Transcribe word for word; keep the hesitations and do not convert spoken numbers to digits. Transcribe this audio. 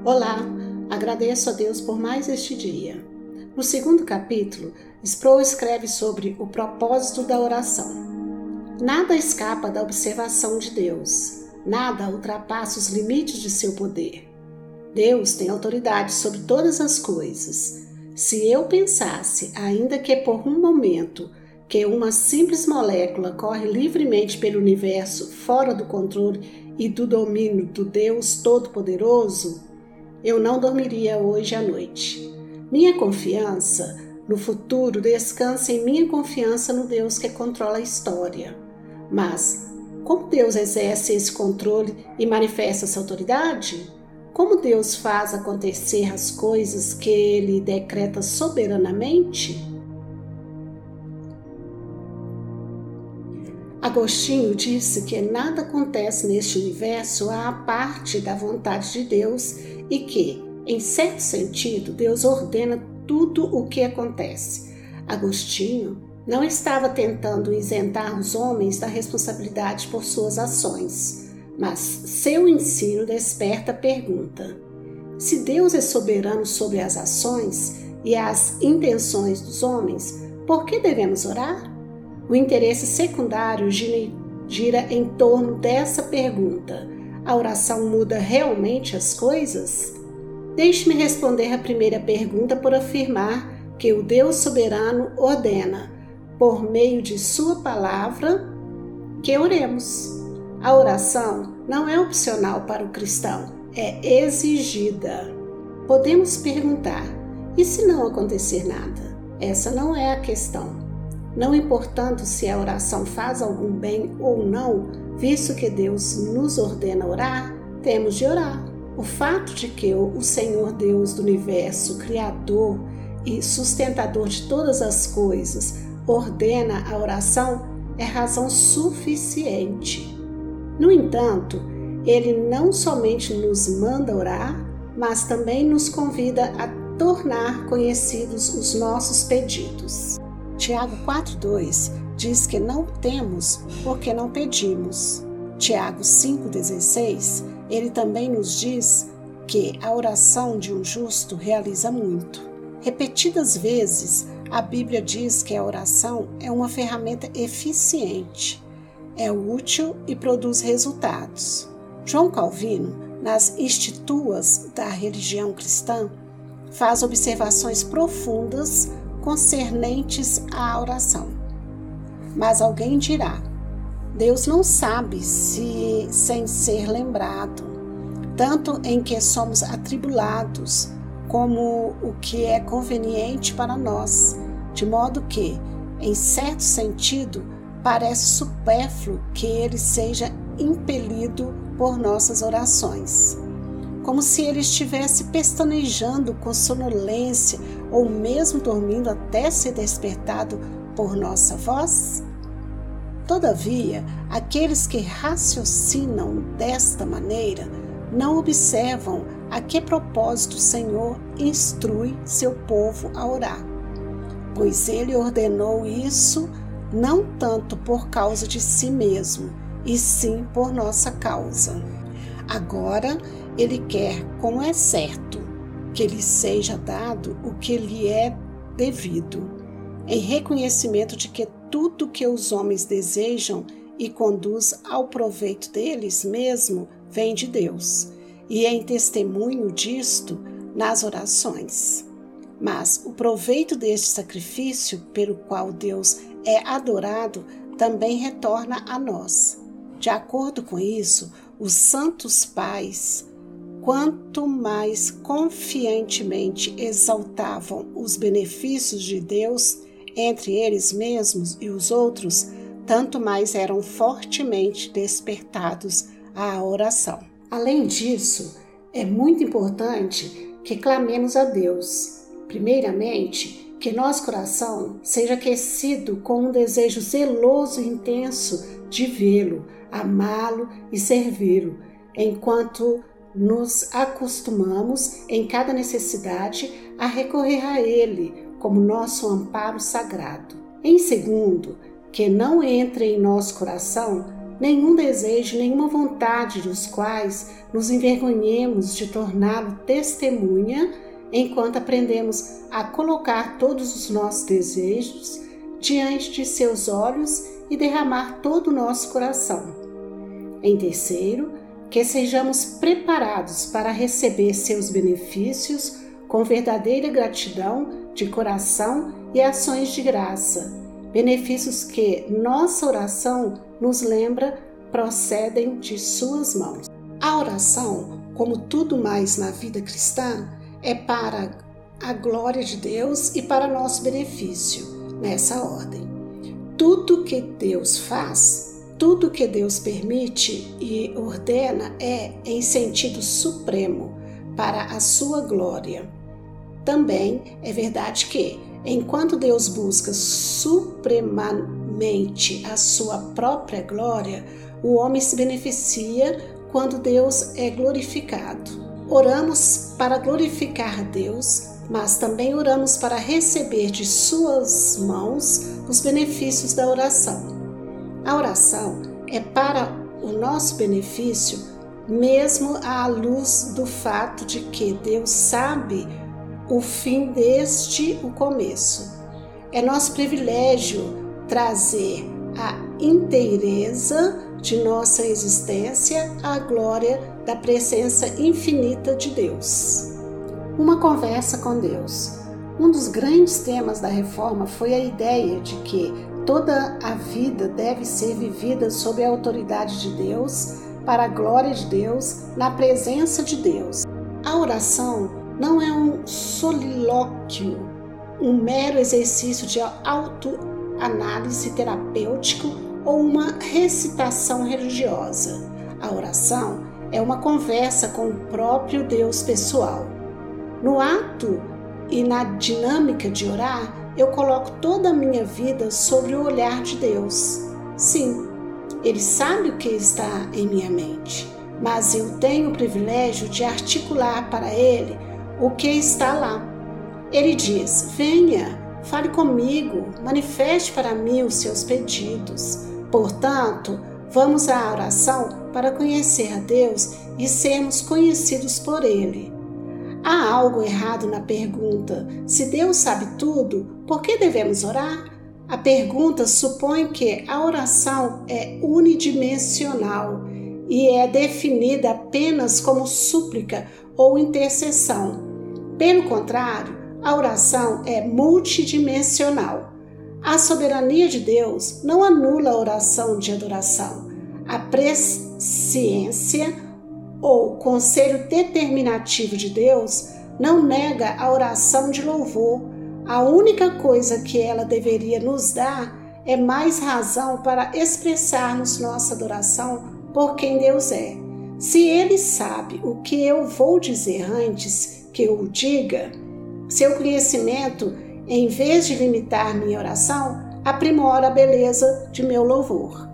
Olá, agradeço a Deus por mais este dia. No segundo capítulo, Sproul escreve sobre o propósito da oração. Nada escapa da observação de Deus, nada ultrapassa os limites de seu poder. Deus tem autoridade sobre todas as coisas. Se eu pensasse, ainda que por um momento, que uma simples molécula corre livremente pelo universo fora do controle e do domínio do Deus Todo-Poderoso, eu não dormiria hoje à noite. Minha confiança no futuro descansa em minha confiança no Deus que controla a história. Mas, como Deus exerce esse controle e manifesta essa autoridade? Como Deus faz acontecer as coisas que Ele decreta soberanamente? Agostinho disse que nada acontece neste universo à parte da vontade de Deus e que, em certo sentido, Deus ordena tudo o que acontece. Agostinho não estava tentando isentar os homens da responsabilidade por suas ações, mas seu ensino desperta a pergunta: se Deus é soberano sobre as ações e as intenções dos homens, por que devemos orar? O interesse secundário gira em torno dessa pergunta: a oração muda realmente as coisas? Deixe-me responder a primeira pergunta por afirmar que o Deus soberano ordena, por meio de sua palavra, que oremos. A oração não é opcional para o cristão, é exigida. Podemos perguntar: e se não acontecer nada? Essa não é a questão. Não importando se a oração faz algum bem ou não, visto que Deus nos ordena orar, temos de orar. O fato de que o Senhor Deus do universo, Criador e sustentador de todas as coisas, ordena a oração é razão suficiente. No entanto, Ele não somente nos manda orar, mas também nos convida a tornar conhecidos os nossos pedidos. Tiago quatro, dois diz que não temos porque não pedimos. Tiago cinco, dezesseis, ele também nos diz que a oração de um justo realiza muito. Repetidas vezes, a Bíblia diz que a oração é uma ferramenta eficiente, é útil e produz resultados. João Calvino, nas Institutas da religião cristã, faz observações profundas concernentes à oração. Mas alguém dirá: Deus não sabe se sem ser lembrado, tanto em que somos atribulados como o que é conveniente para nós, de modo que, em certo sentido, parece supérfluo que Ele seja impelido por nossas orações, como se Ele estivesse pestanejando com sonolência ou mesmo dormindo até ser despertado por nossa voz? Todavia, aqueles que raciocinam desta maneira não observam a que propósito o Senhor instrui seu povo a orar, pois Ele ordenou isso não tanto por causa de si mesmo, e sim por nossa causa. Agora, Ele quer, como é certo, que lhe seja dado o que lhe é devido, em reconhecimento de que tudo que os homens desejam e conduz ao proveito deles mesmo vem de Deus, e em testemunho disto nas orações. Mas o proveito deste sacrifício pelo qual Deus é adorado também retorna a nós. De acordo com isso, os santos pais, quanto mais confiantemente exaltavam os benefícios de Deus entre eles mesmos e os outros, tanto mais eram fortemente despertados à oração. Além disso, é muito importante que clamemos a Deus. Primeiramente, que nosso coração seja aquecido com um desejo zeloso e intenso de vê-lo, amá-lo e servi-lo, enquanto nos acostumamos, em cada necessidade, a recorrer a Ele como nosso amparo sagrado. Em segundo, que não entre em nosso coração nenhum desejo, nenhuma vontade dos quais nos envergonhemos de torná-lo testemunha, enquanto aprendemos a colocar todos os nossos desejos diante de seus olhos e derramar todo o nosso coração. Em terceiro, que sejamos preparados para receber seus benefícios com verdadeira gratidão de coração e ações de graça, benefícios que nossa oração nos lembra procedem de suas mãos. A oração, como tudo mais na vida cristã, é para a glória de Deus e para nosso benefício, nessa ordem. Tudo que Deus faz, tudo que Deus permite e ordena é em sentido supremo, para a sua glória. Também é verdade que, enquanto Deus busca supremamente a sua própria glória, o homem se beneficia quando Deus é glorificado. Oramos para glorificar Deus, mas também oramos para receber de suas mãos os benefícios da oração. A oração é para o nosso benefício, mesmo à luz do fato de que Deus sabe o fim desde o começo. É nosso privilégio trazer a inteireza de nossa existência à glória da presença infinita de Deus. Uma conversa com Deus. Um dos grandes temas da reforma foi a ideia de que toda a vida deve ser vivida sob a autoridade de Deus, para a glória de Deus, na presença de Deus. A oração não é um solilóquio, um mero exercício de autoanálise terapêutico ou uma recitação religiosa. A oração é uma conversa com o próprio Deus pessoal. No ato e na dinâmica de orar, eu coloco toda a minha vida sobre o olhar de Deus. Sim, Ele sabe o que está em minha mente, mas eu tenho o privilégio de articular para Ele o que está lá. Ele diz: venha, fale comigo, manifeste para mim os seus pedidos. Portanto, vamos à oração para conhecer a Deus e sermos conhecidos por Ele. Há algo errado na pergunta: se Deus sabe tudo, por que devemos orar? A pergunta supõe que a oração é unidimensional e é definida apenas como súplica ou intercessão. Pelo contrário, a oração é multidimensional. A soberania de Deus não anula a oração de adoração. A presciência ou conselho determinativo de Deus não nega a oração de louvor. A única coisa que ela deveria nos dar é mais razão para expressarmos nossa adoração por quem Deus é. Se Ele sabe o que eu vou dizer antes que eu o diga, seu conhecimento, em vez de limitar minha oração, aprimora a beleza de meu louvor.